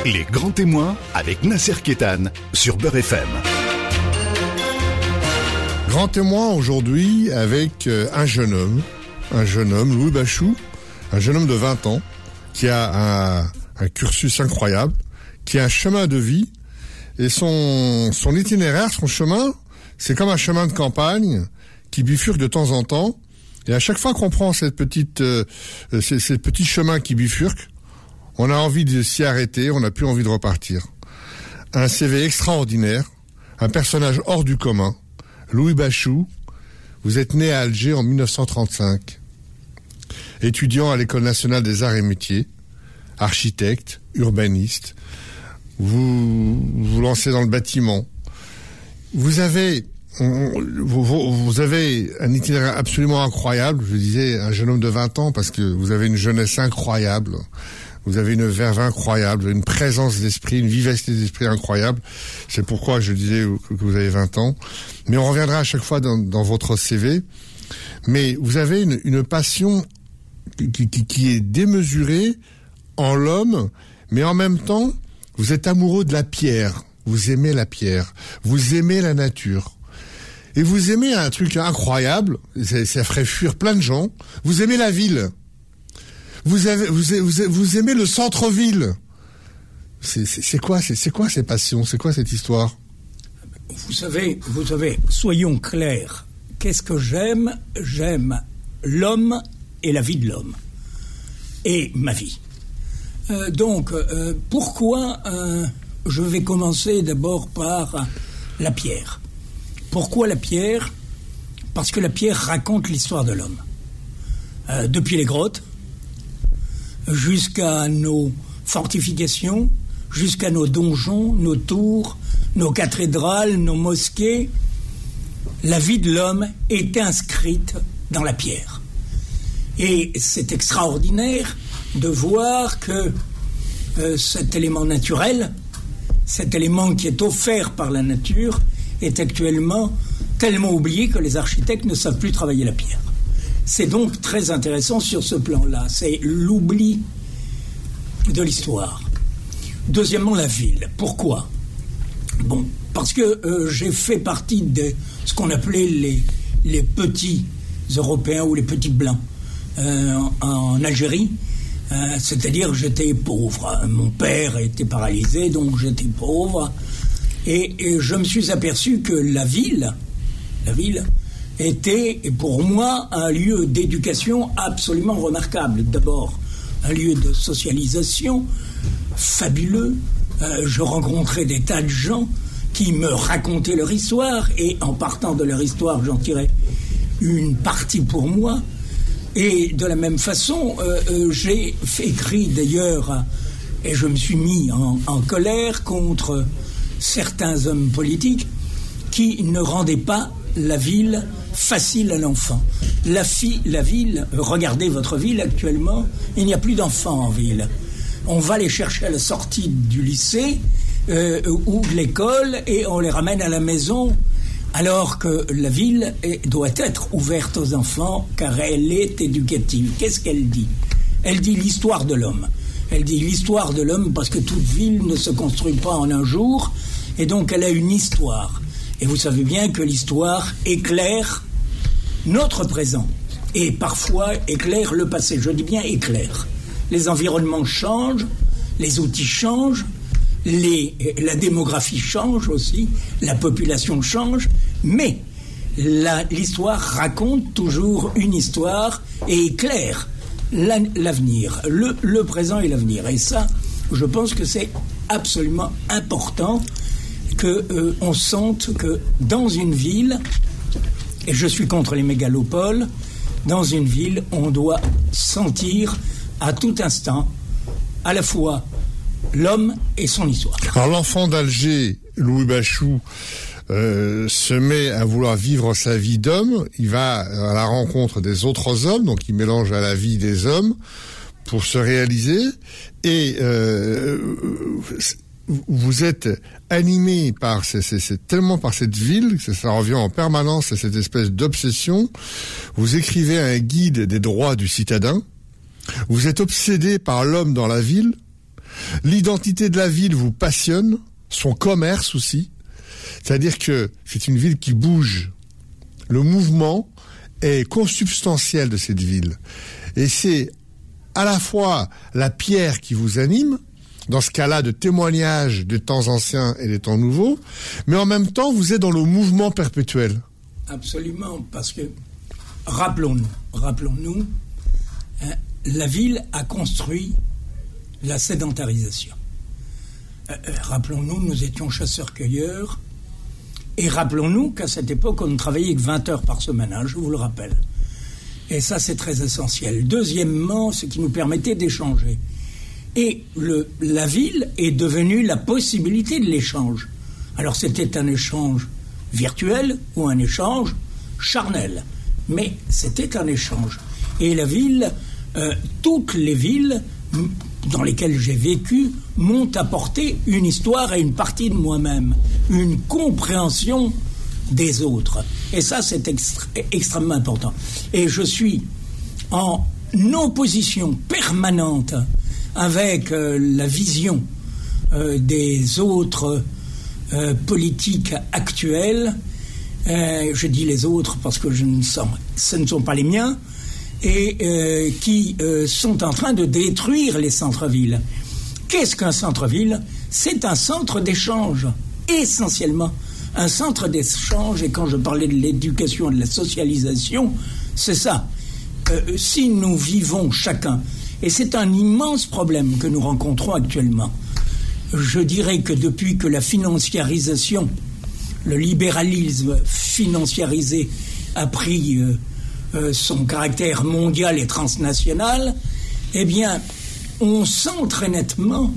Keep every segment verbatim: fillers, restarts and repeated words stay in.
Les grands témoins avec Nasser Kétan sur Beurre F M. Grand témoin aujourd'hui avec un jeune homme, un jeune homme, Louis Bachou, un jeune homme de vingt ans, qui a un, un cursus incroyable, qui a un chemin de vie, et son, son itinéraire, son chemin, c'est comme un chemin de campagne qui bifurque de temps en temps, et à chaque fois qu'on prend cette petite, euh, ces, ces petits chemins qui bifurquent, on a envie de s'y arrêter, on n'a plus envie de repartir. Un C V extraordinaire, un personnage hors du commun, Louis Bachou. Vous êtes né à Alger en dix-neuf cent trente-cinq, étudiant à l'École nationale des arts et métiers, architecte, urbaniste. Vous vous lancez dans le bâtiment. Vous avez, vous, vous avez un itinéraire absolument incroyable. Je disais un jeune homme de vingt ans parce que vous avez une jeunesse incroyable. Vous avez une verve incroyable, une présence d'esprit, une vivacité d'esprit incroyable. C'est pourquoi je disais que vous avez vingt ans. Mais on reviendra à chaque fois dans, dans votre C V. Mais vous avez une, une passion qui, qui, qui est démesurée en l'homme, mais en même temps, vous êtes amoureux de la pierre. Vous aimez la pierre. Vous aimez la nature. Et vous aimez un truc incroyable. Ça, ça ferait fuir plein de gens. Vous aimez la ville. Vous avez, vous, vous, vous aimez le centre-ville. C'est, c'est, c'est quoi, c'est, c'est quoi ces passions? C'est quoi cette histoire? Vous savez, vous savez, soyons clairs. Qu'est-ce que j'aime? J'aime l'homme et la vie de l'homme. Et ma vie. Euh, donc, euh, pourquoi euh, je vais commencer d'abord par la pierre. Pourquoi la pierre? Parce que la pierre raconte l'histoire de l'homme. Euh, depuis les grottes, jusqu'à nos fortifications, jusqu'à nos donjons, nos tours, nos cathédrales, nos mosquées, la vie de l'homme est inscrite dans la pierre. Et c'est extraordinaire de voir que euh, cet élément naturel, cet élément qui est offert par la nature, est actuellement tellement oublié que les architectes ne savent plus travailler la pierre. C'est donc très intéressant sur ce plan-là. C'est l'oubli de l'histoire. Deuxièmement, la ville. Pourquoi? Bon, parce que euh, j'ai fait partie de ce qu'on appelait les, les petits Européens ou les petits Blancs euh, en, en Algérie. Euh, c'est-à-dire j'étais pauvre. Mon père était paralysé, donc j'étais pauvre. Et, et je me suis aperçu que la ville, la ville... était pour moi un lieu d'éducation absolument remarquable. D'abord, un lieu de socialisation fabuleux. Euh, je rencontrais des tas de gens qui me racontaient leur histoire et en partant de leur histoire, j'en tirais une partie pour moi. Et de la même façon, euh, euh, j'ai écrit d'ailleurs, et je me suis mis en, en colère contre certains hommes politiques qui ne rendaient pas la ville facile à l'enfant. La, fille, la ville, regardez votre ville actuellement, il n'y a plus d'enfants en ville. On va les chercher à la sortie du lycée euh, ou de l'école et on les ramène à la maison, alors que la ville est, doit être ouverte aux enfants car elle est éducative. Qu'est-ce qu'elle dit? Elle dit l'histoire de l'homme. Elle dit l'histoire de l'homme parce que toute ville ne se construit pas en un jour et donc elle a une histoire. Et vous savez bien que l'histoire éclaire notre présent et parfois éclaire le passé. Je dis bien éclaire. Les environnements changent, les outils changent, les, la démographie change aussi, la population change, mais la, l'histoire raconte toujours une histoire et éclaire la, l'avenir, le, le présent et l'avenir. Et ça, je pense que c'est absolument important que euh, on sente que dans une ville, et je suis contre les mégalopoles, dans une ville, on doit sentir à tout instant à la fois l'homme et son histoire. Alors l'enfant d'Alger, Louis Bachou, euh, se met à vouloir vivre sa vie d'homme. Il va à la rencontre des autres hommes, donc il mélange à la vie des hommes pour se réaliser. Et euh, vous êtes animé par, c'est, c'est, c'est tellement par cette ville, que ça revient en permanence à cette espèce d'obsession. Vous écrivez un guide des droits du citadin. Vous êtes obsédé par l'homme dans la ville. L'identité de la ville vous passionne, son commerce aussi. C'est-à-dire que c'est une ville qui bouge. Le mouvement est consubstantiel de cette ville. Et c'est à la fois la pierre qui vous anime, dans ce cas-là de témoignage des temps anciens et des temps nouveaux, mais en même temps, vous êtes dans le mouvement perpétuel. Absolument, parce que, rappelons-nous, rappelons-nous, hein, la ville a construit la sédentarisation. Euh, euh, rappelons-nous, nous étions chasseurs-cueilleurs, et rappelons-nous qu'à cette époque, on ne travaillait que vingt heures par semaine, hein, je vous le rappelle. Et ça, c'est très essentiel. Deuxièmement, ce qui nous permettait d'échanger. Et le, la ville est devenue la possibilité de l'échange. Alors c'était un échange virtuel ou un échange charnel. Mais c'était un échange. Et la ville, euh, toutes les villes dans lesquelles j'ai vécu m'ont apporté une histoire et une partie de moi-même. Une compréhension des autres. Et ça, c'est extra- extrêmement important. Et je suis en opposition permanente avec euh, la vision euh, des autres euh, politiques actuelles. Euh, je dis les autres parce que je ne sens, ce ne sont pas les miens, et euh, qui euh, sont en train de détruire les centres-villes. Qu'est-ce qu'un centre-ville ? C'est un centre d'échange, essentiellement. Un centre d'échange, et quand je parlais de l'éducation et de la socialisation, c'est ça. Euh, si nous vivons chacun, et c'est un immense problème que nous rencontrons actuellement, je dirais que depuis que la financiarisation, le libéralisme financiarisé a pris euh, euh, son caractère mondial et transnational, eh bien, on sent très nettement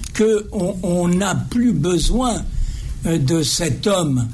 qu'on n'a plus besoin de cet homme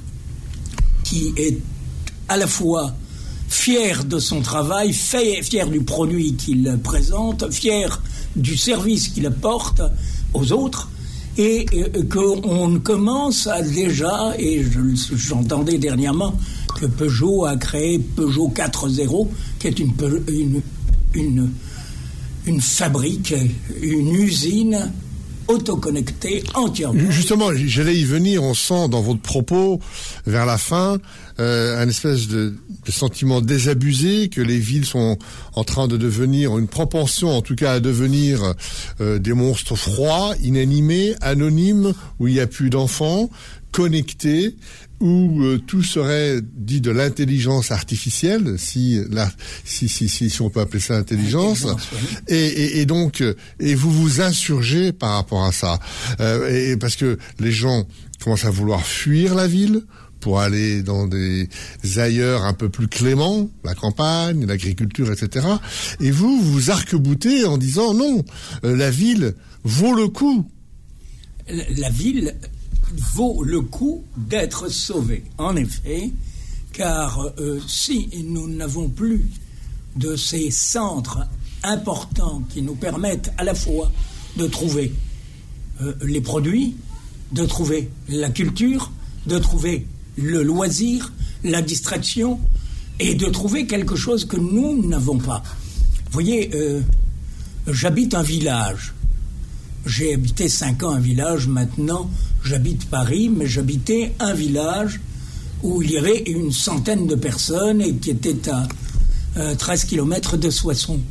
qui est à la fois fier de son travail, fier du produit qu'il présente, fier du service qu'il apporte aux autres, et qu'on commence à déjà, et je, j'entendais dernièrement que Peugeot a créé Peugeot quatre zéro, qui est une, une, une, une fabrique, une usine autoconnecté entièrement. Justement, j'allais y venir, on sent dans votre propos, vers la fin, euh, un espèce de, de sentiment désabusé que les villes sont en train de devenir, une propension en tout cas à devenir euh, des monstres froids, inanimés, anonymes, où il n'y a plus d'enfants, connectés, où euh, tout serait dit de l'intelligence artificielle, si, la, si, si, si, si on peut appeler ça intelligence, oui. et, et, et donc, et vous vous insurgez par rapport à ça, euh, et parce que les gens commencent à vouloir fuir la ville pour aller dans des ailleurs un peu plus cléments, la campagne, l'agriculture, et cetera. Et vous, vous vous arc-boutez en disant non, euh, la ville vaut le coup. La, la ville vaut le coup d'être sauvé, en effet, car euh, si nous n'avons plus de ces centres importants qui nous permettent à la fois de trouver euh, les produits, de trouver la culture, de trouver le loisir, la distraction, et de trouver quelque chose que nous n'avons pas. Vous voyez, euh, j'habite un village. J'ai habité cinq ans un village, maintenant j'habite Paris, mais j'habitais un village où il y avait une centaine de personnes et qui était à euh, treize kilomètres de Soissons.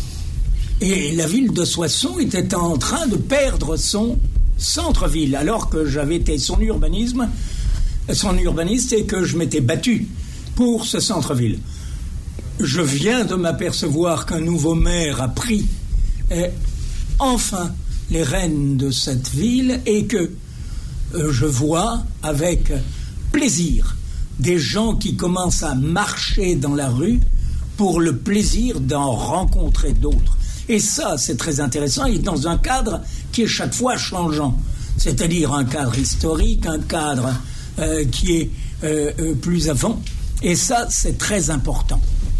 Et la ville de Soissons était en train de perdre son centre-ville, alors que j'avais été son urbanisme, son urbaniste et que je m'étais battu pour ce centre-ville. Je viens de m'apercevoir qu'un nouveau maire a pris eh, enfin les rênes de cette ville et que euh, je vois avec plaisir des gens qui commencent à marcher dans la rue pour le plaisir d'en rencontrer d'autres. Et ça, c'est très intéressant, et dans un cadre qui est chaque fois changeant. C'est-à-dire un cadre historique, un cadre euh, qui est euh, euh, plus avant. Et ça, c'est très important.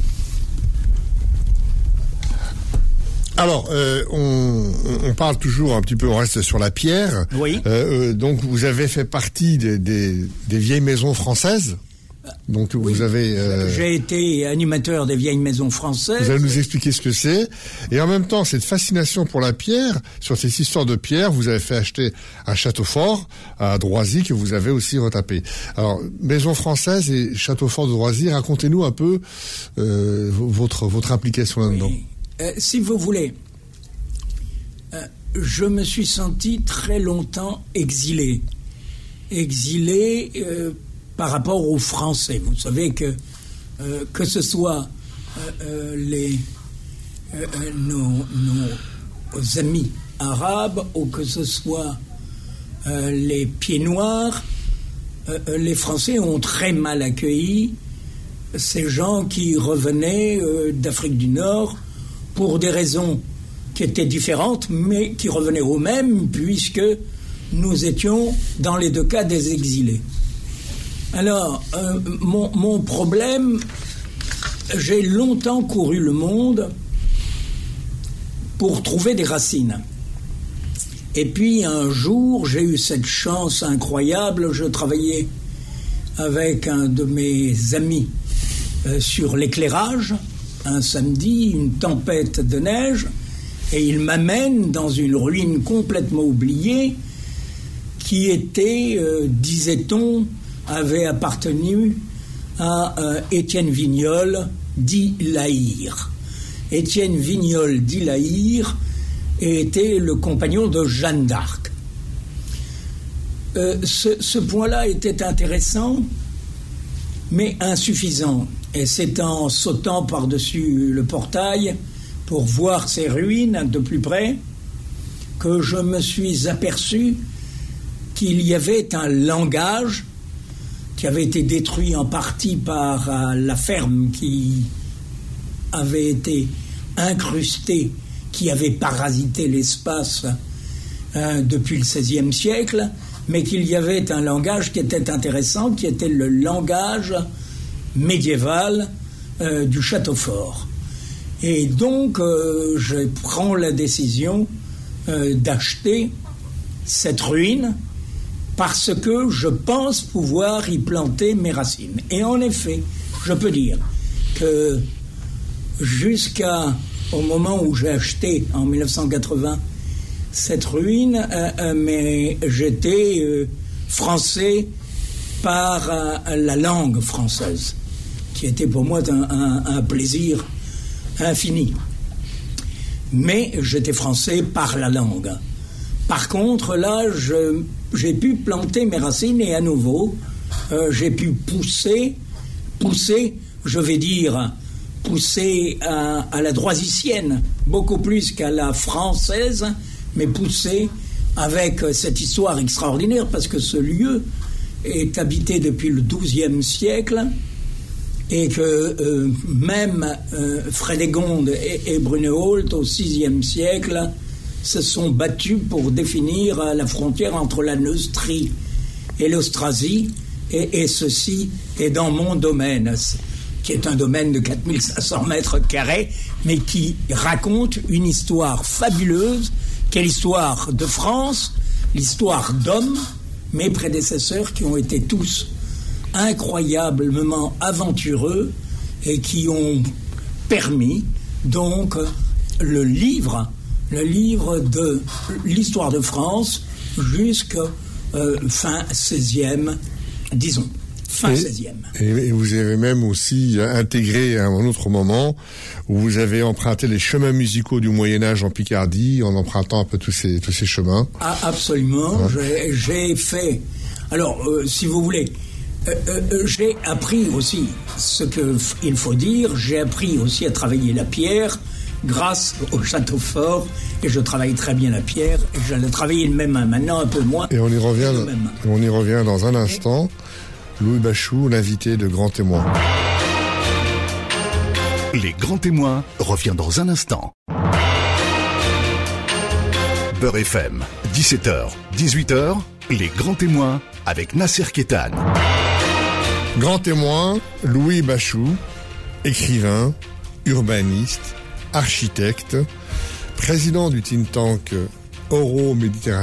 Alors, euh, on, on parle toujours un petit peu, on reste sur la pierre. Oui. Euh, euh, donc, vous avez fait partie des, des, des vieilles maisons françaises. Donc oui, vous avez... Euh, j'ai été animateur des vieilles maisons françaises. Vous allez nous expliquer ce que c'est. Et en même temps, cette fascination pour la pierre, sur ces histoires de pierre, vous avez fait acheter un château fort à Droisy que vous avez aussi retapé. Alors, maison française et château fort de Droisy, racontez-nous un peu euh, votre, votre implication là-dedans. Oui. Euh, si vous voulez, euh, je me suis senti très longtemps exilé. Exilé... Euh, par rapport aux Français. Vous savez que euh, que ce soit euh, euh, les euh, nos, nos amis arabes ou que ce soit euh, les pieds noirs, euh, les Français ont très mal accueilli ces gens qui revenaient euh, d'Afrique du Nord pour des raisons qui étaient différentes, mais qui revenaient aux mêmes, puisque nous étions dans les deux cas des exilés. Alors, euh, mon, mon problème, j'ai longtemps couru le monde pour trouver des racines. Et puis, un jour, j'ai eu cette chance incroyable. Je travaillais avec un de mes amis euh, sur l'éclairage, un samedi, une tempête de neige, et il m'amène dans une ruine complètement oubliée qui était, euh, disait-on, avait appartenu à euh, Étienne Vignol dit Lahire. Étienne Vignol dit Lahire était le compagnon de Jeanne d'Arc. Euh, ce, ce point-là était intéressant, mais insuffisant. Et c'est en sautant par-dessus le portail pour voir ces ruines de plus près que je me suis aperçu qu'il y avait un langage qui avait été détruit en partie par euh, la ferme qui avait été incrustée, qui avait parasité l'espace euh, depuis le seizième siècle, mais qu'il y avait un langage qui était intéressant, qui était le langage médiéval euh, du château fort. Et donc, euh, je prends la décision euh, d'acheter cette ruine, parce que je pense pouvoir y planter mes racines. Et en effet, je peux dire que jusqu'au moment où j'ai acheté, en mille neuf cent quatre-vingts, cette ruine, euh, euh, mais j'étais euh, français par euh, la langue française, qui était pour moi un, un, un plaisir infini. Mais j'étais français par la langue. Par contre, là, je, j'ai pu planter mes racines et à nouveau, euh, j'ai pu pousser, pousser, je vais dire, pousser à, à la droisicienne, beaucoup plus qu'à la française, mais pousser avec cette histoire extraordinaire, parce que ce lieu est habité depuis le douzième siècle, et que euh, même euh, Frédégonde et, et Brunehault, au sixième siècle, se sont battus pour définir la frontière entre la Neustrie et l'Austrasie, et, et ceci est dans mon domaine, qui est un domaine de quatre mille cinq cents mètres carrés, mais qui raconte une histoire fabuleuse, qui est l'histoire de France, l'histoire d'hommes, mes prédécesseurs qui ont été tous incroyablement aventureux et qui ont permis donc le livre le livre de l'histoire de France jusqu'à euh, fin seizième, disons, fin et, seizième. Et, et vous avez même aussi intégré à un autre moment où vous avez emprunté les chemins musicaux du Moyen-Âge en Picardie, en empruntant un peu tous ces, tous ces chemins. Ah, absolument, hein? j'ai, j'ai fait... Alors, euh, si vous voulez, euh, euh, j'ai appris aussi ce qu'il faut dire, j'ai appris aussi à travailler la pierre, grâce au château fort, et je travaille très bien la pierre, et je l'ai travaillé même maintenant un peu moins. Et on y revient, on y revient dans un instant. Louis Bachou, l'invité de Grand Témoin. Les Grands Témoins revient dans un instant. Beurre F M, dix-sept heures, dix-huit heures, Les Grands Témoins avec Nasser Kétan. Grand Témoin, Louis Bachou, écrivain, urbaniste, architecte, président du think tank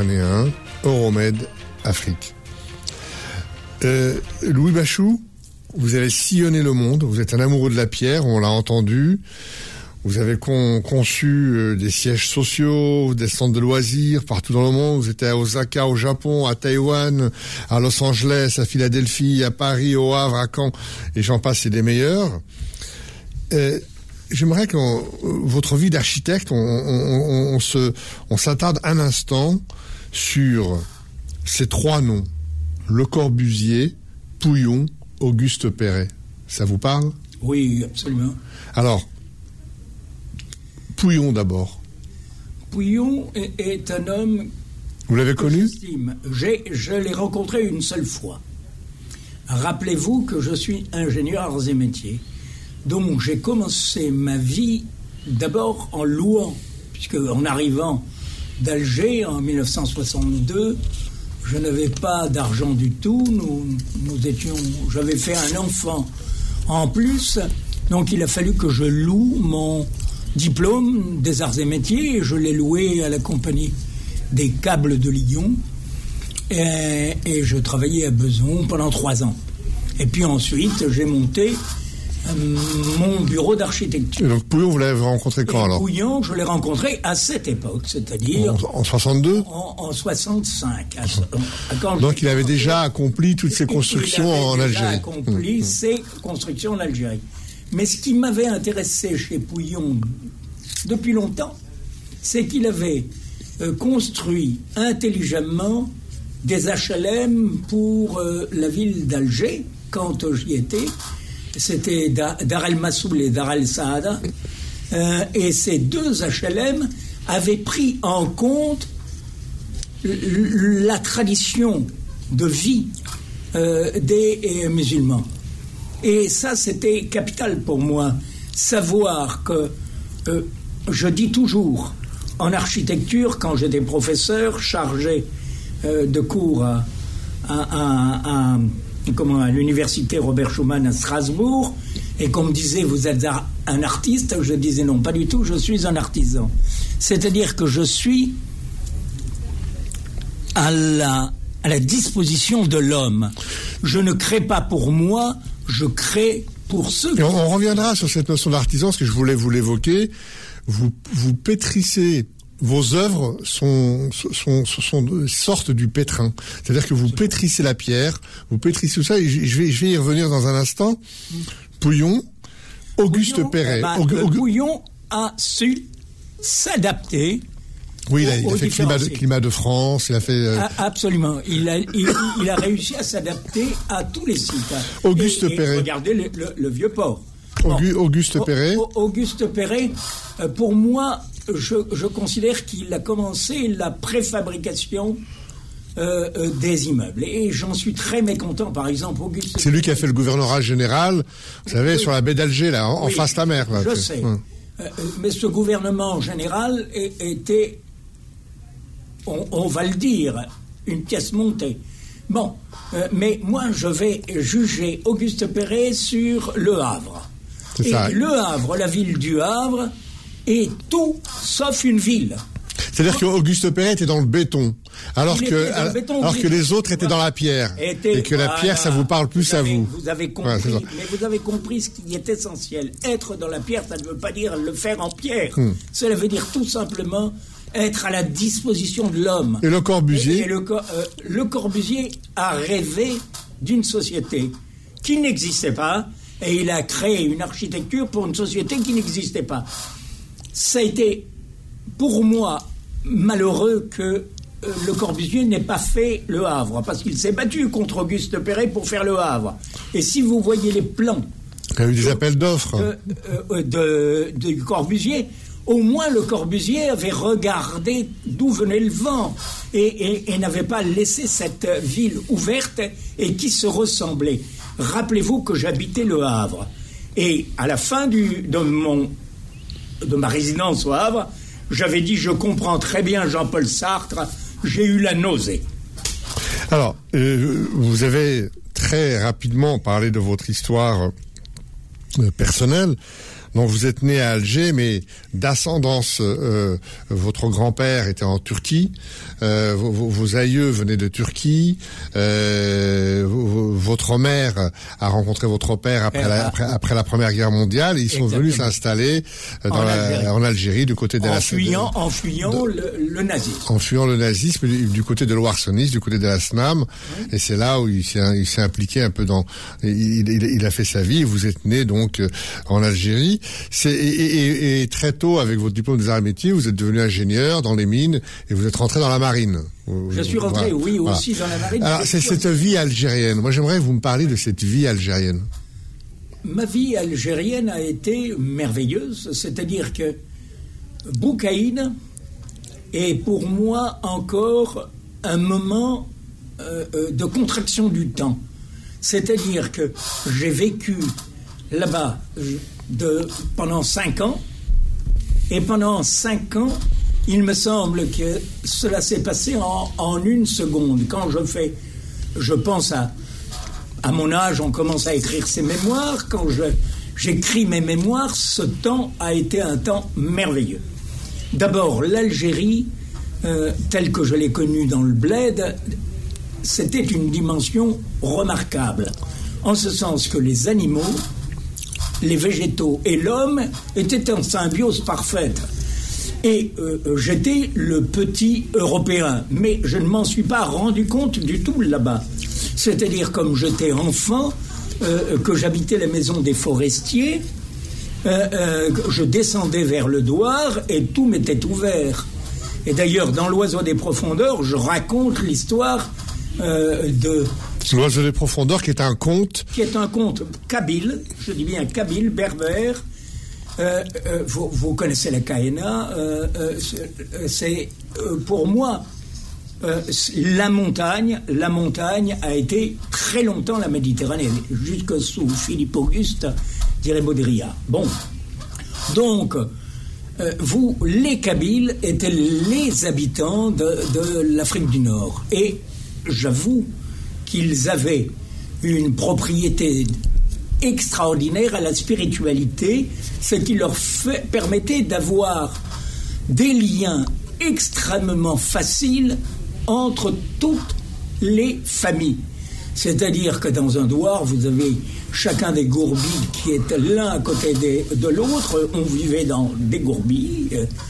euro-méditerranéen, Euromed Afrique. Euh, Louis Bachou, vous avez sillonné le monde, vous êtes un amoureux de la pierre, on l'a entendu. Vous avez con, conçu euh, des sièges sociaux, des centres de loisirs partout dans le monde. Vous étiez à Osaka, au Japon, à Taïwan, à Los Angeles, à Philadelphie, à Paris, au Havre, à Caen, et j'en passe, c'est des meilleurs. Euh, j'aimerais que votre vie d'architecte, on, on, on, on se, on s'attarde un instant sur ces trois noms. Le Corbusier, Pouillon, Auguste Perret. Ça vous parle? Oui, absolument. Alors, Pouillon d'abord. Pouillon est, est un homme... Vous l'avez connu? J'ai, je l'ai rencontré une seule fois. Rappelez-vous que je suis ingénieur arts et métiers. Donc j'ai commencé ma vie d'abord en louant, puisque en arrivant d'Alger en mille neuf cent soixante-deux, je n'avais pas d'argent du tout. Nous, nous étions, j'avais fait un enfant en plus, donc il a fallu que je loue mon diplôme des arts et métiers, et je l'ai loué à la compagnie des câbles de Lyon, et, et je travaillais à Besançon pendant trois ans. Et puis ensuite, j'ai monté euh, mon bureau d'architecture. Et donc Pouillon, vous l'avez rencontré quand, et alors? Pouillon, je l'ai rencontré à cette époque, c'est-à-dire... En, en soixante-deux? En, en soixante-cinq. À, à, quand donc il avait déjà accompli toutes ces constructions il avait en déjà Algérie. accompli mmh. ses constructions en Algérie. Mais ce qui m'avait intéressé chez Pouillon depuis longtemps, c'est qu'il avait euh, construit intelligemment des H L M pour euh, la ville d'Alger, quand euh, j'y étais. C'était Dar el Massoul et Dar el Saada. Euh, et ces deux H L M avaient pris en compte la tradition de vie euh, des euh, musulmans. Et ça, c'était capital pour moi. Savoir que, euh, je dis toujours, en architecture, quand j'étais professeur, chargé euh, de cours à, à, à, à, comment, à l'université Robert Schuman à Strasbourg, et qu'on me disait, vous êtes un artiste, je disais non, pas du tout, je suis un artisan. C'est-à-dire que je suis à la, à la disposition de l'homme. Je ne crée pas pour moi, je crée pour ceux... Et on, on reviendra sur cette notion d'artisan, parce que je voulais vous l'évoquer. Vous, vous pétrissez, vos œuvres sont, sont, sont, sont sortent du pétrin. C'est-à-dire que vous pétrissez la pierre, vous pétrissez tout ça, et je vais, je vais y revenir dans un instant. Pouillon, Auguste Pouillon, Perret. Bah, Aug- Aug- Pouillon a su s'adapter. Oui, il a, il a aux fait climat de, climat de France, il a fait... Euh... Ah, absolument. Il a, il, il a réussi à s'adapter à tous les sites. Auguste et, et Perret. Regardez le, le, le vieux port. Bon. Auguste Perret. Auguste Perret, pour moi, je, je considère qu'il a commencé la préfabrication euh, euh, des immeubles. Et j'en suis très mécontent, par exemple, Auguste... C'est lui qui a fait le gouvernorat général, vous savez, oui. sur la baie d'Alger, là, en, oui, en face de la mer. Là, je sais. Hum. Euh, mais ce gouvernement général était... On, on va le dire, une pièce montée. Bon, euh, mais moi, je vais juger Auguste Perret sur Le Havre. C'est Et ça. Le Havre, la ville du Havre, est tout sauf une ville. C'est-à-dire qu'Auguste Perret était dans le béton, alors Il que dans le béton, alors oui. que les autres étaient dans la pierre, était, et que la voilà, pierre, ça vous parle plus vous avez, à vous. Vous avez compris, ouais, mais vous avez compris ce qui est essentiel. Être dans la pierre, ça ne veut pas dire le faire en pierre. Hmm. Cela veut dire tout simplement être à la disposition de l'homme. Et le Corbusier et, et le, euh, le Corbusier a rêvé d'une société qui n'existait pas, et il a créé une architecture pour une société qui n'existait pas. Ça a été, pour moi, malheureux que euh, le Corbusier n'ait pas fait Le Havre, parce qu'il s'est battu contre Auguste Perret pour faire Le Havre. Et si vous voyez les plans... Il y a eu des appels d'offres. De, euh, de, de, du Corbusier... Au moins, le Corbusier avait regardé d'où venait le vent et, et, et n'avait pas laissé cette ville ouverte et qui se ressemblait. Rappelez-vous que j'habitais Le Havre. Et à la fin du, de, mon, de ma résidence au Havre, j'avais dit « Je comprends très bien Jean-Paul Sartre, j'ai eu la nausée ». Alors, euh, vous avez très rapidement parlé de votre histoire euh, personnelle. Donc vous êtes né à Alger, mais d'ascendance, euh, votre grand-père était en Turquie, euh, vos, vos aïeux venaient de Turquie, euh, votre mère a rencontré votre père après, la, après, après la Première Guerre mondiale, et ils sont Exactement. venus s'installer dans en, la, Algérie. en Algérie, du côté de en la... Fuyant, de, en fuyant de, le, le nazisme. En fuyant le nazisme, du, du côté de l'Ouarsonis, du côté de la S N A M, oui. Et c'est là où il s'est, il s'est impliqué un peu dans... Il, il, il a fait sa vie, vous êtes né donc en Algérie. C'est, et, et, et très tôt, avec votre diplôme des arts et métiers, vous êtes devenu ingénieur dans les mines et vous êtes rentré dans la marine. Je suis rentré, voilà. oui, voilà. aussi dans la marine. Alors, c'est cette vie algérienne. Moi, j'aimerais que vous me parliez de cette vie algérienne. Ma vie algérienne a été merveilleuse, c'est-à-dire que Boucaïne est pour moi encore un moment euh, de contraction du temps. C'est-à-dire que j'ai vécu là-bas de, pendant cinq ans, et pendant cinq ans, il me semble que cela s'est passé en, en une seconde. Quand je fais, je pense à, à mon âge, on commence à écrire ses mémoires. Quand je, j'écris mes mémoires, ce temps a été un temps merveilleux. D'abord, l'Algérie, euh, telle que je l'ai connue dans le bled, c'était une dimension remarquable, en ce sens que les animaux, les végétaux et l'homme étaient en symbiose parfaite. Et euh, j'étais le petit Européen, mais je ne m'en suis pas rendu compte du tout là-bas. C'est-à-dire, comme j'étais enfant, euh, que j'habitais la maison des forestiers, euh, euh, je descendais vers le Douar et tout m'était ouvert. Et d'ailleurs, dans l'Oiseau des profondeurs, je raconte l'histoire euh, de... L'Oiseau des profondeurs, qui est un conte... Qui est un conte kabyle, je dis bien kabyle, berbère. Euh, euh, vous, vous connaissez la Kaena, euh, euh, c'est, c'est euh, pour moi euh, la montagne. La montagne a été très longtemps la Méditerranée, jusque sous Philippe Auguste, dirait Baudrillard. Bon, donc euh, vous, les Kabyles étaient les habitants de, de l'Afrique du Nord, et j'avoue qu'ils avaient une propriété extraordinaire à la spiritualité, ce qui leur fait, permettait d'avoir des liens extrêmement faciles entre toutes les familles. C'est-à-dire que dans un douar, vous avez chacun des gourbilles qui étaient l'un à côté des, de l'autre. On vivait dans des gourbilles.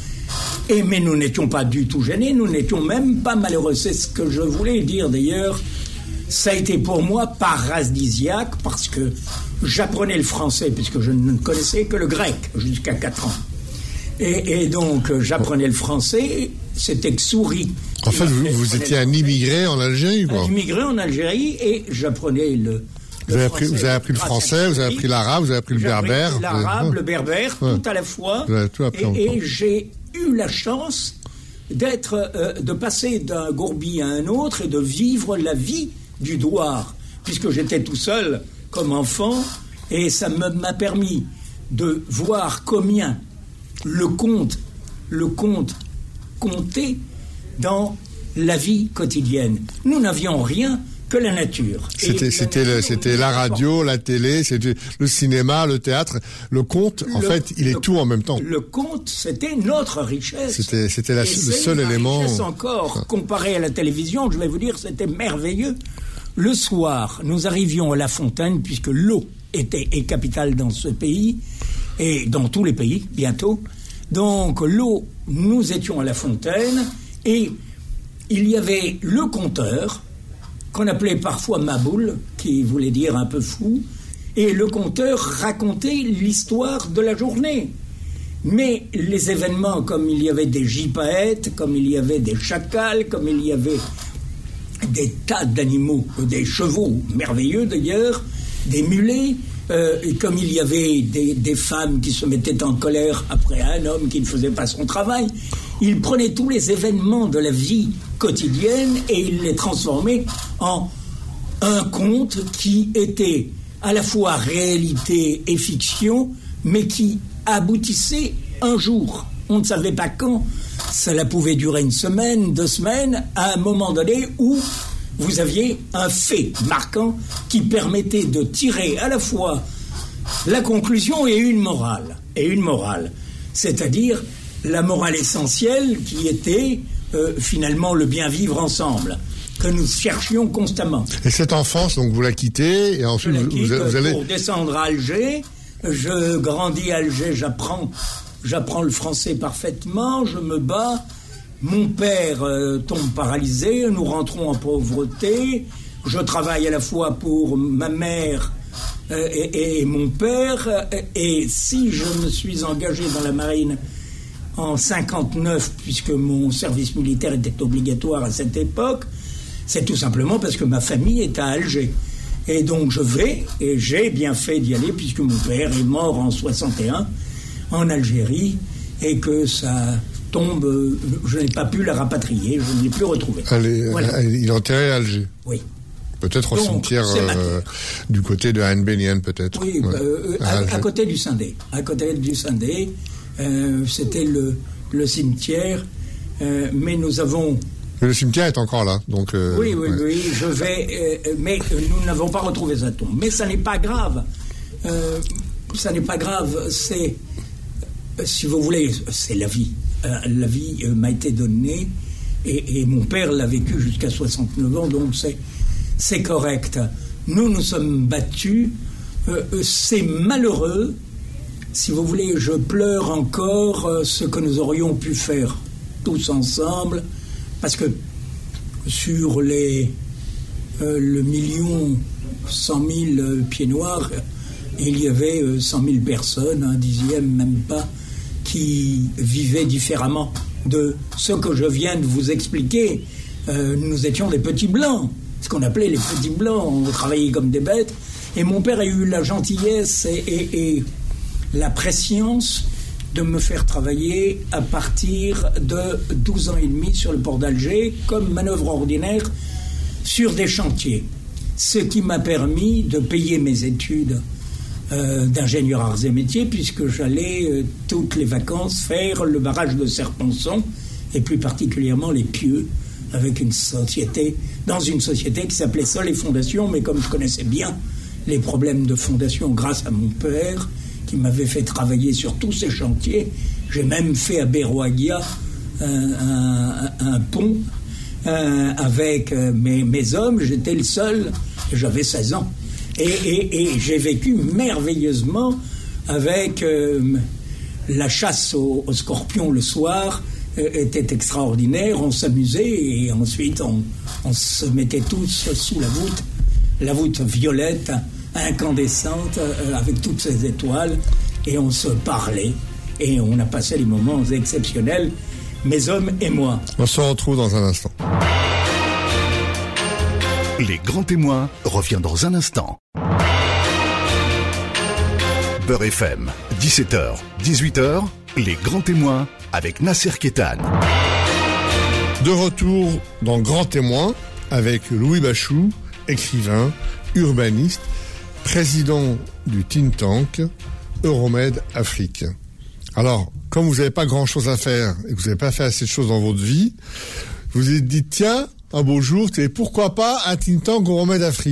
Et, mais nous n'étions pas du tout gênés, nous n'étions même pas malheureux. C'est ce que je voulais dire d'ailleurs. Ça a été pour moi paradisiaque parce que j'apprenais le français puisque je ne connaissais que le grec jusqu'à quatre ans. Et, et donc j'apprenais le français, c'était que souris. En fait, vous, vous étiez un immigré en Algérie, quoi. Un immigré en Algérie et j'apprenais le... Vous avez, appris, vous avez appris le français, vous avez appris l'arabe, vous avez appris le berbère. L'arabe, vous... le berbère, ouais. tout à la fois. Vous avez tout appris en et, et j'ai eu la chance d'être, euh, de passer d'un gourbi à un autre et de vivre la vie du douar, puisque j'étais tout seul comme enfant, et ça me, m'a permis de voir combien le conte, le conte comptait dans la vie quotidienne. Nous n'avions rien que la nature. C'était, et c'était, la, le, c'était la radio, la télé, c'était le cinéma, le théâtre. Le conte, en le, fait, il est le, tout en même temps. Le conte, c'était notre richesse. C'était, c'était la, le seul la élément. Richesse encore, comparé à la télévision, je vais vous dire, c'était merveilleux. Le soir, nous arrivions à La Fontaine, puisque l'eau était est capitale dans ce pays, et dans tous les pays, bientôt. Donc, l'eau, nous étions à La Fontaine, et il y avait le conteur, qu'on appelait parfois Maboul, qui voulait dire un peu fou, et le conteur racontait l'histoire de la journée. Mais les événements, comme il y avait des gypaètes, comme il y avait des chacals, comme il y avait des tas d'animaux, des chevaux merveilleux d'ailleurs, des mulets, euh, et comme il y avait des, des femmes qui se mettaient en colère après un homme qui ne faisait pas son travail, il prenait tous les événements de la vie quotidienne et il les transformait en un conte qui était à la fois réalité et fiction, mais qui aboutissait un jour. On ne savait pas quand. Cela pouvait durer une semaine, deux semaines, à un moment donné où vous aviez un fait marquant qui permettait de tirer à la fois la conclusion et une morale. et une morale. C'est-à-dire la morale essentielle qui était euh, finalement le bien vivre ensemble, que nous cherchions constamment. Et cette enfance, donc vous la quittez, et ensuite je la vous, quitte vous, vous allez... pour descendre à Alger. Je grandis à Alger, j'apprends, j'apprends le français parfaitement, je me bats. Mon père euh, tombe paralysé, nous rentrons en pauvreté. Je travaille à la fois pour ma mère euh, et, et mon père. Et si je me suis engagé dans la marine en cinquante-neuf, puisque mon service militaire était obligatoire à cette époque, c'est tout simplement parce que ma famille est à Alger. Et donc je vais, et j'ai bien fait d'y aller, puisque mon père est mort en soixante et un, en Algérie, et que ça tombe, je n'ai pas pu la rapatrier, je ne l'ai plus retrouvée. Allez, voilà. Il est enterré à Alger. Oui. Peut-être au donc, cimetière euh, du côté de Ain Béniane, peut-être. Oui, ouais, euh, à, à côté du Sindé. À côté du Sindé, euh, c'était le, le cimetière, euh, mais nous avons... Mais le cimetière est encore là, donc... Euh, oui, oui, ouais. oui, je vais... Euh, mais nous n'avons pas retrouvé sa tombe. Mais ça n'est pas grave. Euh, ça n'est pas grave, c'est... Si vous voulez, c'est la vie. Euh, la vie euh, m'a été donnée, et, et mon père l'a vécu jusqu'à soixante-neuf ans, donc c'est, c'est correct. Nous nous sommes battus. Euh, c'est malheureux. Si vous voulez, je pleure encore euh, ce que nous aurions pu faire tous ensemble, parce que sur les euh, le million cent mille euh, pieds noirs, il y avait euh, cent mille personnes, un dixième même pas, qui vivaient différemment de ce que je viens de vous expliquer. Euh, nous étions des petits blancs, ce qu'on appelait les petits blancs, on travaillait comme des bêtes, et mon père a eu la gentillesse et, et, et la prescience de me faire travailler à partir de douze ans et demi sur le port d'Alger comme manœuvre ordinaire sur des chantiers, ce qui m'a permis de payer mes études euh, d'ingénieur arts et métiers, puisque j'allais euh, toutes les vacances faire le barrage de Serponçon et plus particulièrement les Pieux, avec une société, dans une société qui s'appelait Sol et Fondation, mais comme je connaissais bien les problèmes de fondation grâce à mon père, qui m'avait fait travailler sur tous ces chantiers. J'ai même fait à Berouaghia un, un, un pont euh, avec euh, mes, mes hommes. J'étais le seul, j'avais seize ans. Et, et, et j'ai vécu merveilleusement avec euh, la chasse aux, aux scorpions le soir, euh, était extraordinaire. On s'amusait et ensuite on, on se mettait tous sous la voûte, la voûte violette, incandescente, euh, avec toutes ces étoiles, et on se parlait et on a passé des moments exceptionnels, mes hommes et moi. On se retrouve dans un instant. Les grands témoins revient dans un instant. Beurre F M, dix-sept heures, dix-huit heures, les grands témoins avec Nasser Kétan. De retour dans Grand Témoin avec Louis Bachou, écrivain, urbaniste, président du think tank Euromed Afrique. Alors, comme vous n'avez pas grand-chose à faire et que vous n'avez pas fait assez de choses dans votre vie, vous vous êtes dit, tiens, un beau jour, pourquoi pas un think tank Euromed Afrique ?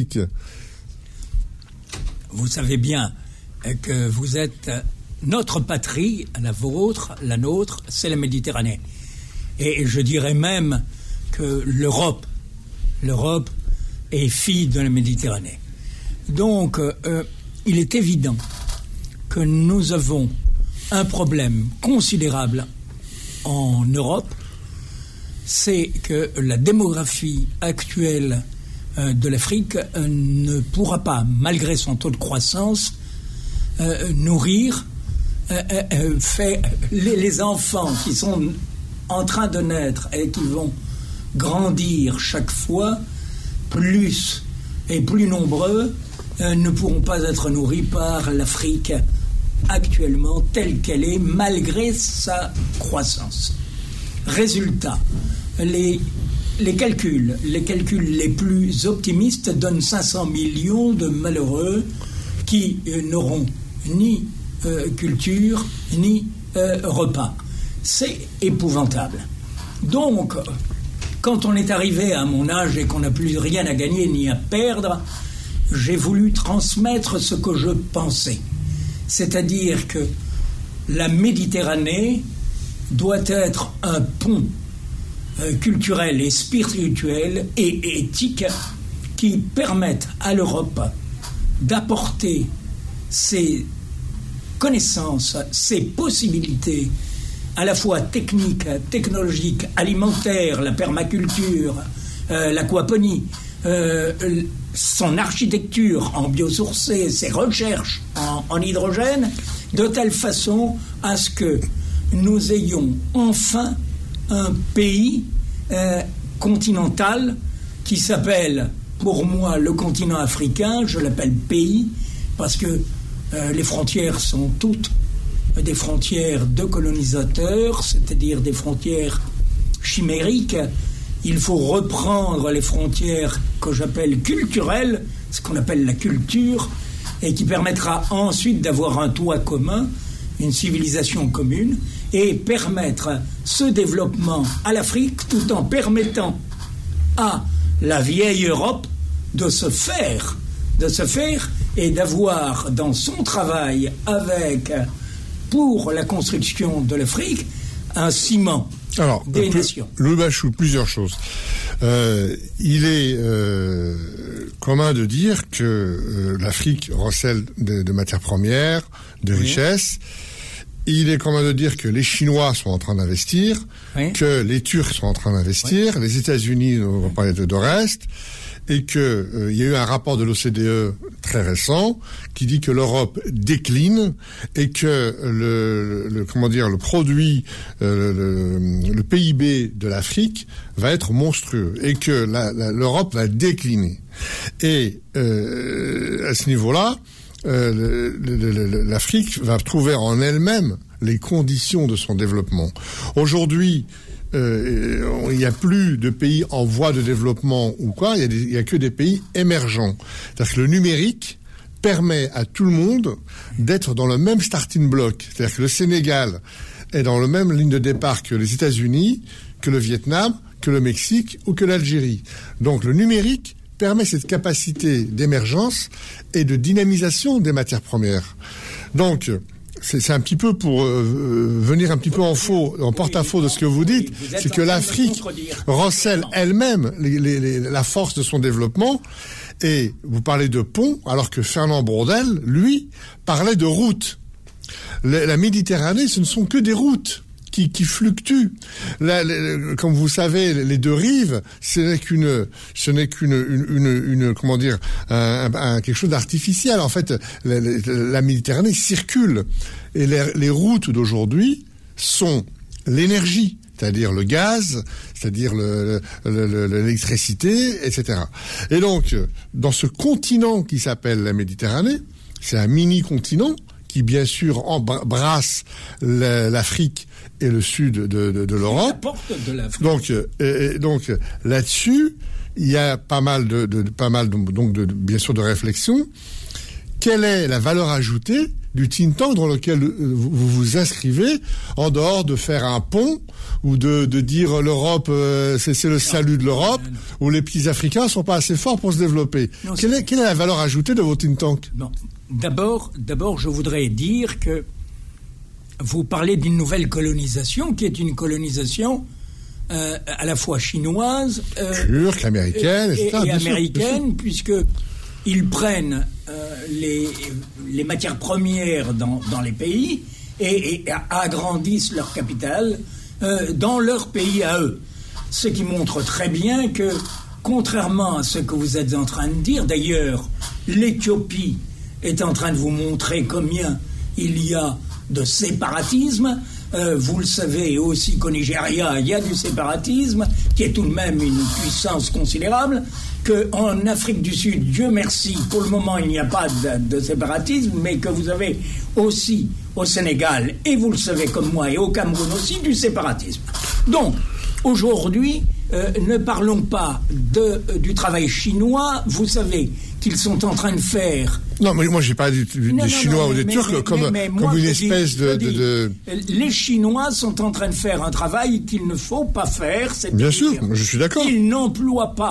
Vous savez bien que vous êtes notre patrie, la vôtre, la nôtre, c'est la Méditerranée. Et je dirais même que l'Europe, l'Europe est fille de la Méditerranée. Donc, euh, il est évident que nous avons un problème considérable en Europe, c'est que la démographie actuelle euh, de l'Afrique euh, ne pourra pas, malgré son taux de croissance, euh, nourrir euh, euh, fait, les, les enfants qui sont en train de naître et qui vont grandir chaque fois plus et plus nombreux euh, ne pourront pas être nourris par l'Afrique actuellement telle qu'elle est, malgré sa croissance. Résultat, les, les calculs, les calculs les plus optimistes donnent cinq cents millions de malheureux qui euh, n'auront ni euh, culture, ni euh, repas. C'est épouvantable. Donc, quand on est arrivé à mon âge et qu'on n'a plus rien à gagner ni à perdre, j'ai voulu transmettre ce que je pensais. C'est-à-dire que la Méditerranée doit être un pont euh, culturel et spirituel et éthique qui permette à l'Europe d'apporter ses connaissances, ses possibilités, à la fois techniques, technologiques, alimentaires, la permaculture, euh, l'aquaponie, euh, son architecture en biosourcé, ses recherches en, en hydrogène, de telle façon à ce que nous ayons enfin un pays euh, continental qui s'appelle, pour moi, le continent africain. Je l'appelle pays parce que euh, les frontières sont toutes des frontières de colonisateurs, c'est-à-dire des frontières chimériques. Il faut reprendre les frontières que j'appelle culturelles, ce qu'on appelle la culture, et qui permettra ensuite d'avoir un toit commun, une civilisation commune, et permettre ce développement à l'Afrique tout en permettant à la vieille Europe de se faire, de se faire et d'avoir dans son travail avec, pour la construction de l'Afrique, un ciment. Alors, des nations. Louis Bachou, plusieurs choses. Euh, il est euh, commun de dire que euh, l'Afrique recèle de, de matières premières, de oui. richesses. Il est commun de dire que les Chinois sont en train d'investir, oui. que les Turcs sont en train d'investir, oui. les États-Unis, on va parler de, de reste, et que euh, il y a eu un rapport de l'O C D E très récent qui dit que l'Europe décline et que le, le comment dire le produit euh, le, le P I B de l'Afrique va être monstrueux et que la, la, l'Europe va décliner. Et euh, à ce niveau-là, euh, le, le, le, l'Afrique va trouver en elle-même les conditions de son développement. Aujourd'hui, Euh, il n'y a plus de pays en voie de développement ou quoi, il y a, des, il y a que des pays émergents. C'est-à-dire que le numérique permet à tout le monde d'être dans le même starting block. C'est-à-dire que le Sénégal est dans la même ligne de départ que les États-Unis, que le Vietnam, que le Mexique ou que l'Algérie. Donc le numérique permet cette capacité d'émergence et de dynamisation des matières premières. Donc C'est, c'est un petit peu pour euh, venir un petit peu en faux, en porte-à-faux de ce que vous dites, vous c'est que l'Afrique recèle elle-même les, les, les, la force de son développement. Et vous parlez de pont, alors que Fernand Braudel, lui, parlait de routes. La, la Méditerranée, ce ne sont que des routes qui, qui fluctuent. La, la, comme vous savez, les deux rives, ce n'est qu'une, ce n'est qu'une, une, une, une comment dire, un, un, quelque chose d'artificiel. En fait, la, la, la Méditerranée circule et les, les routes d'aujourd'hui sont l'énergie, c'est-à-dire le gaz, c'est-à-dire le, le, le, l'électricité, et cetera. Et donc, dans ce continent qui s'appelle la Méditerranée, c'est un mini-continent qui, bien sûr, embrasse l'Afrique et le sud de, de, de l'Europe. De donc, et, et donc là-dessus, il y a pas mal de, de, de pas mal donc, donc de, de bien sûr de réflexion. Quelle est la valeur ajoutée du think tank dans lequel vous vous, vous inscrivez, en dehors de faire un pont ou de, de dire l'Europe, euh, c'est, c'est le salut de l'Europe, non, non. où les petits Africains sont pas assez forts pour se développer. Non, quelle, est, quelle est la valeur ajoutée de votre think tank? Non. D'abord, d'abord, je voudrais dire que vous parlez d'une nouvelle colonisation qui est une colonisation euh, à la fois chinoise, euh, turque, américaine, et, et, et américaine, sûr, puisque ils prennent euh, les, les matières premières dans, dans les pays et, et agrandissent leur capital euh, dans leur pays à eux. Ce qui montre très bien que, contrairement à ce que vous êtes en train de dire, d'ailleurs, l'Éthiopie est en train de vous montrer combien il y a de séparatisme. Euh, vous le savez aussi qu'au Nigeria, il y a du séparatisme, qui est tout de même une puissance considérable, qu'en Afrique du Sud, Dieu merci, pour le moment, il n'y a pas de, de séparatisme, mais que vous avez aussi au Sénégal, et vous le savez comme moi, et au Cameroun aussi, du séparatisme. Donc, aujourd'hui, euh, ne parlons pas de, euh, du travail chinois. Vous savez qu'ils sont en train de faire... Non, mais moi, j'ai pas dit des non, Chinois non, mais, ou des mais, Turcs mais, comme, mais, mais, comme une espèce dis, de, de, de... Les Chinois sont en train de faire un travail qu'il ne faut pas faire. Bien sûr, je suis d'accord. Ils n'emploient pas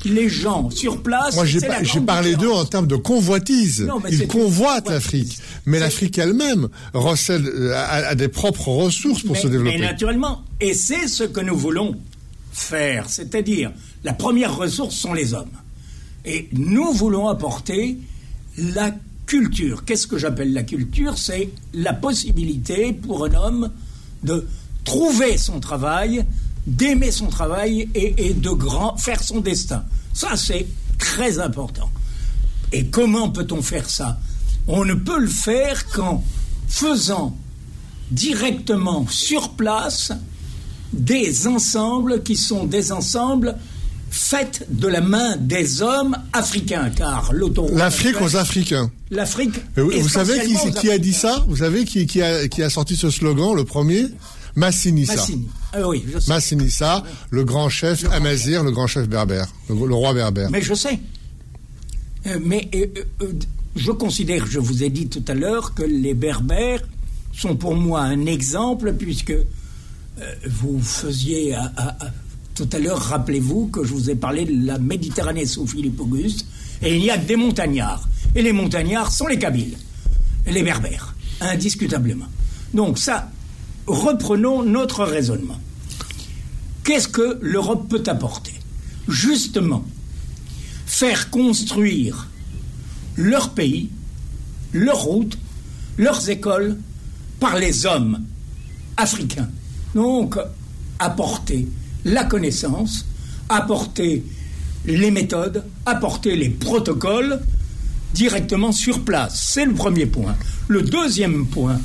les gens sur place... Moi, j'ai, pas, j'ai parlé d'eux en termes de convoitise. Non, Ils convoitent l'Afrique. Mais c'est... l'Afrique elle-même recèle, a, a des propres ressources pour mais, se développer. Mais naturellement. Et c'est ce que nous voulons faire. C'est-à-dire, la première ressource sont les hommes. Et nous voulons apporter la culture. Qu'est-ce que j'appelle la culture ? C'est la possibilité pour un homme de trouver son travail, d'aimer son travail et, et de grand, faire son destin. Ça, c'est très important. Et comment peut-on faire ça ? On ne peut le faire qu'en faisant directement sur place des ensembles qui sont des ensembles faits de la main des hommes africains, car l'autoroute... L'Afrique aux Africains. L'Afrique. Vous, vous savez qui, qui a dit ça ? Vous savez qui, qui, a, qui a sorti ce slogan, le premier ? Massinissa. Massini. Ah oui, je sais. Massinissa, oui. Le grand chef le Amazir, le grand chef berbère, le, le roi berbère. Mais je sais. Euh, mais euh, euh, je considère, je vous ai dit tout à l'heure, que les Berbères sont pour moi un exemple, puisque euh, vous faisiez... À, à, à, tout à l'heure, rappelez-vous que je vous ai parlé de la Méditerranée sous Philippe Auguste, et il n'y a que des montagnards. Et les montagnards sont les Kabyles, les Berbères, indiscutablement. Donc ça... Reprenons notre raisonnement. Qu'est-ce que l'Europe peut apporter ? Justement, faire construire leur pays, leurs routes, leurs écoles par les hommes africains. Donc, apporter la connaissance, apporter les méthodes, apporter les protocoles directement sur place. C'est le premier point. Le deuxième point,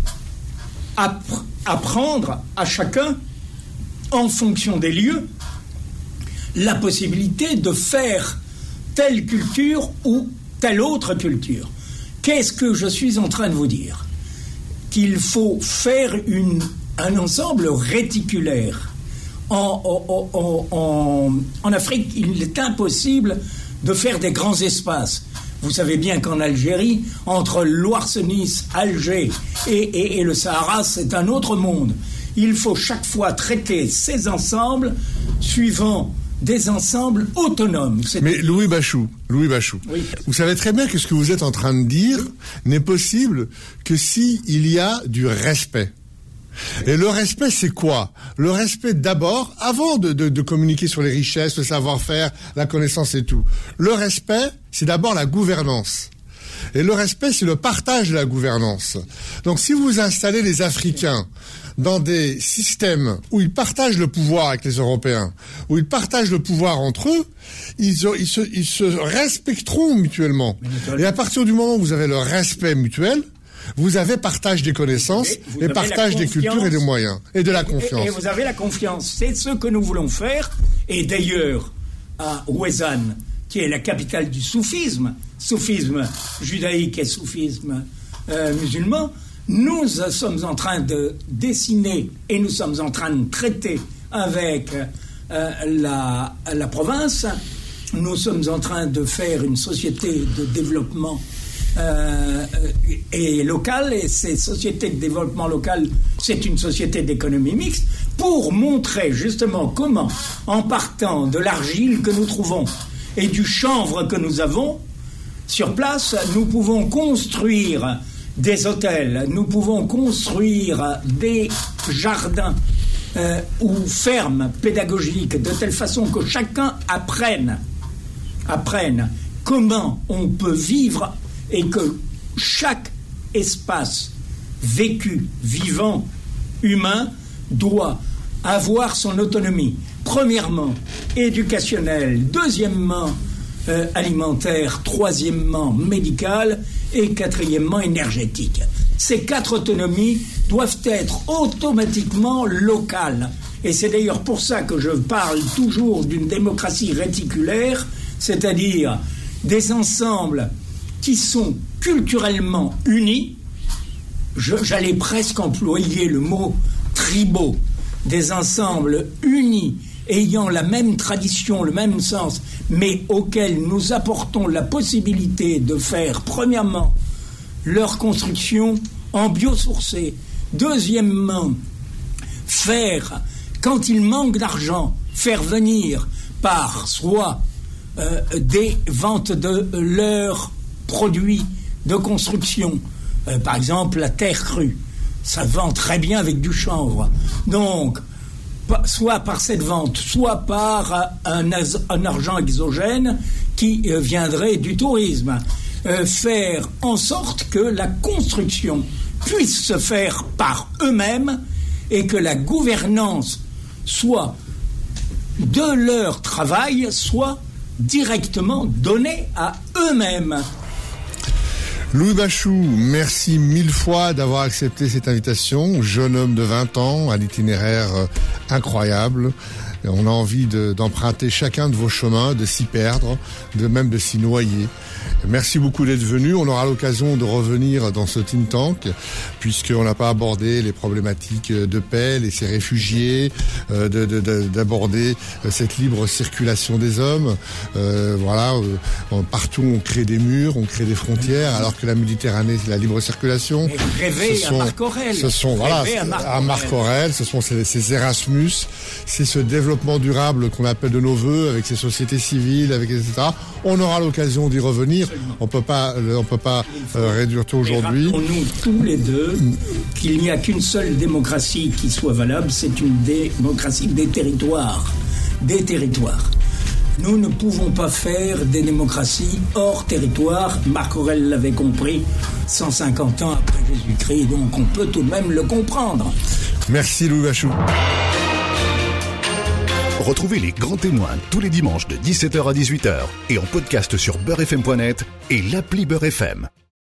apprendre à chacun, en fonction des lieux, la possibilité de faire telle culture ou telle autre culture. Qu'est-ce que je suis en train de vous dire ? Qu'il faut faire une, un ensemble réticulaire. En, en, en, en, en Afrique, il est impossible de faire des grands espaces. Vous savez bien qu'en Algérie, entre l'Oarsenis, Alger et, et, et le Sahara, c'est un autre monde. Il faut chaque fois traiter ces ensembles suivant des ensembles autonomes. C'est... Mais Louis Bachou, Louis Bachou, oui. Vous savez très bien que ce que vous êtes en train de dire n'est possible que s'il y a du respect. Et le respect, c'est quoi ? Le respect, d'abord, avant de, de, de communiquer sur les richesses, le savoir-faire, la connaissance et tout. Le respect, c'est d'abord la gouvernance. Et le respect, c'est le partage de la gouvernance. Donc, si vous installez les Africains dans des systèmes où ils partagent le pouvoir avec les Européens, où ils partagent le pouvoir entre eux, ils, ils, se, ils se respecteront mutuellement. Et à partir du moment où vous avez le respect mutuel, vous avez partage des connaissances et, et partage des cultures et des moyens. Et de la confiance. Et, et vous avez la confiance. C'est ce que nous voulons faire. Et d'ailleurs, à Ouessane, qui est la capitale du soufisme, soufisme judaïque et soufisme euh, musulman, nous sommes en train de dessiner et nous sommes en train de traiter avec euh, la, la province. Nous sommes en train de faire une société de développement Euh, et locale, et ces sociétés de développement local, c'est une société d'économie mixte, pour montrer justement comment, en partant de l'argile que nous trouvons et du chanvre que nous avons sur place, nous pouvons construire des hôtels, nous pouvons construire des jardins euh, ou fermes pédagogiques, de telle façon que chacun apprenne, apprenne comment on peut vivre et que chaque espace vécu, vivant, humain, doit avoir son autonomie. Premièrement, éducationnelle. Deuxièmement, euh, alimentaire. Troisièmement, médicale. Et quatrièmement, énergétique. Ces quatre autonomies doivent être automatiquement locales. Et c'est d'ailleurs pour ça que je parle toujours d'une démocratie réticulaire, c'est-à-dire des ensembles qui sont culturellement unis, je, j'allais presque employer le mot tribaux, des ensembles unis, ayant la même tradition, le même sens, mais auxquels nous apportons la possibilité de faire, premièrement, leur construction en biosourcé, deuxièmement, faire, quand il manque d'argent, faire venir par soit euh, des ventes de leurs produits de construction. Euh, par exemple, la terre crue. Ça vend très bien avec du chanvre. Donc, soit par cette vente, soit par un, un argent exogène qui euh, viendrait du tourisme. Euh, faire en sorte que la construction puisse se faire par eux-mêmes et que la gouvernance soit de leur travail, soit directement donnée à eux-mêmes. Louis Bachou, merci mille fois d'avoir accepté cette invitation. Jeune homme de vingt ans, à l'itinéraire euh, incroyable. On a envie de, d'emprunter chacun de vos chemins, de s'y perdre, de même de s'y noyer. Merci beaucoup d'être venu. On aura l'occasion de revenir dans ce think tank, puisqu'on n'a pas abordé les problématiques de paix, et ces réfugiés, euh, de, de, de, d'aborder cette libre circulation des hommes. Euh, voilà, euh, partout on crée des murs, on crée des frontières, alors que la Méditerranée, c'est la libre circulation. Rêver à Marc Aurèle. Ce sont, voilà, à Marc Aurèle, ce sont ces, ces Erasmus, c'est ce développement durable qu'on appelle de nos voeux, avec ces sociétés civiles, avec et cetera. On aura l'occasion d'y revenir. Absolument. On peut pas, on peut pas euh, réduire tout aujourd'hui. Rappelons-nous tous les deux qu'il n'y a qu'une seule démocratie qui soit valable, c'est une démocratie des territoires, des territoires. Nous ne pouvons pas faire des démocraties hors territoire. Marc Aurèle l'avait compris cent cinquante ans après Jésus-Christ, donc on peut tout de même le comprendre. Merci Louis Bachou. Retrouvez les grands témoins tous les dimanches de dix-sept heures à dix-huit heures et en podcast sur beurre f m point net et l'appli Beurre F M.